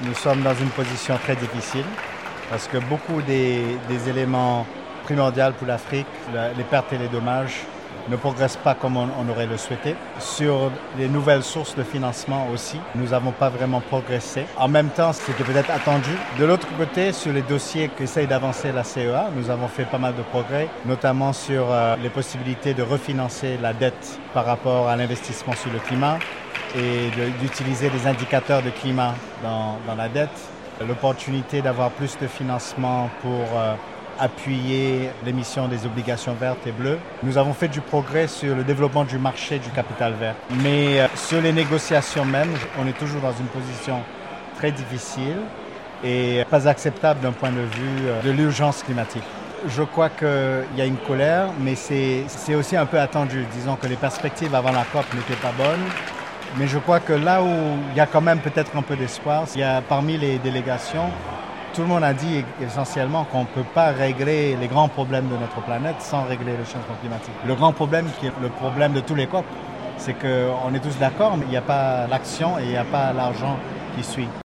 Nous sommes dans une position très difficile parce que beaucoup des éléments primordiaux pour l'Afrique, les pertes et les dommages, ne progressent pas comme on aurait le souhaité. Sur les nouvelles sources de financement aussi, nous n'avons pas vraiment progressé. En même temps, c'était peut-être attendu. De l'autre côté, sur les dossiers qu'essaye d'avancer la CEA, nous avons fait pas mal de progrès, notamment sur les possibilités de refinancer la dette par rapport à l'investissement sur le climat et d'utiliser des indicateurs de climat dans la dette. L'opportunité d'avoir plus de financement pour appuyer l'émission des obligations vertes et bleues. Nous avons fait du progrès sur le développement du marché du capital vert. Mais sur les négociations même, on est toujours dans une position très difficile et pas acceptable d'un point de vue de l'urgence climatique. Je crois qu'il y a une colère, mais c'est aussi un peu attendu. Disons que les perspectives avant la COP n'étaient pas bonnes. Mais je crois que là où il y a quand même peut-être un peu d'espoir, il y a parmi les délégations, tout le monde a dit essentiellement qu'on ne peut pas régler les grands problèmes de notre planète sans régler le changement climatique. Le grand problème, qui est le problème de tous les COP, c'est qu'on est tous d'accord, mais il n'y a pas l'action et il n'y a pas l'argent qui suit.